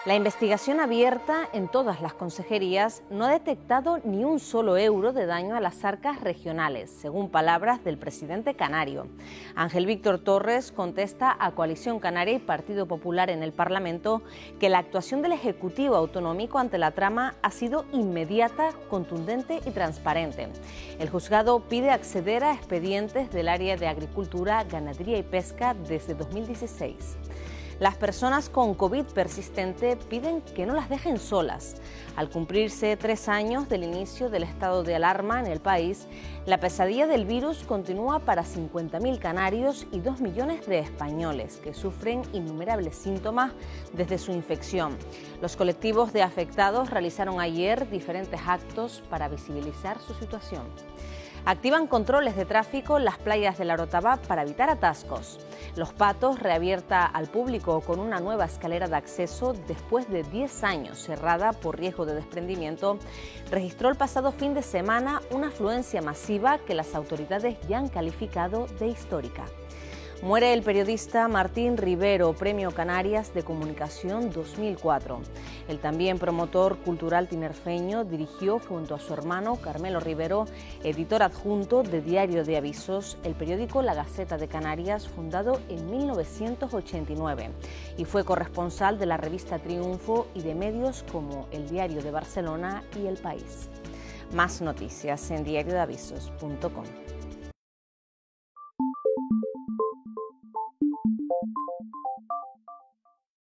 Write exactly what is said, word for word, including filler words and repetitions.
La investigación abierta en todas las consejerías no ha detectado ni un solo euro de daño a las arcas regionales, según palabras del presidente canario. Ángel Víctor Torres contesta a Coalición Canaria y Partido Popular en el Parlamento que la actuación del Ejecutivo Autonómico ante la trama ha sido inmediata, contundente y transparente. El juzgado pide acceder a expedientes del área de Agricultura, Ganadería y Pesca desde dos mil dieciséis. Las personas con COVID persistente piden que no las dejen solas. Al cumplirse tres años del inicio del estado de alarma en el país, la pesadilla del virus continúa para cincuenta mil canarios y dos millones de españoles que sufren innumerables síntomas desde su infección. Los colectivos de afectados realizaron ayer diferentes actos para visibilizar su situación. Activan controles de tráfico en las playas de la Orotava para evitar atascos. Los Patos, reabierta al público con una nueva escalera de acceso después de diez años cerrada por riesgo de desprendimiento, registró el pasado fin de semana una afluencia masiva que las autoridades ya han calificado de histórica. Muere el periodista Martín Rivero, Premio Canarias de Comunicación dos mil cuatro. El también promotor cultural tinerfeño dirigió junto a su hermano Carmelo Rivero, editor adjunto de Diario de Avisos, el periódico La Gaceta de Canarias, fundado en mil novecientos ochenta y nueve, y fue corresponsal de la revista Triunfo y de medios como El Diario de Barcelona y El País. Más noticias en diario de avisos punto com.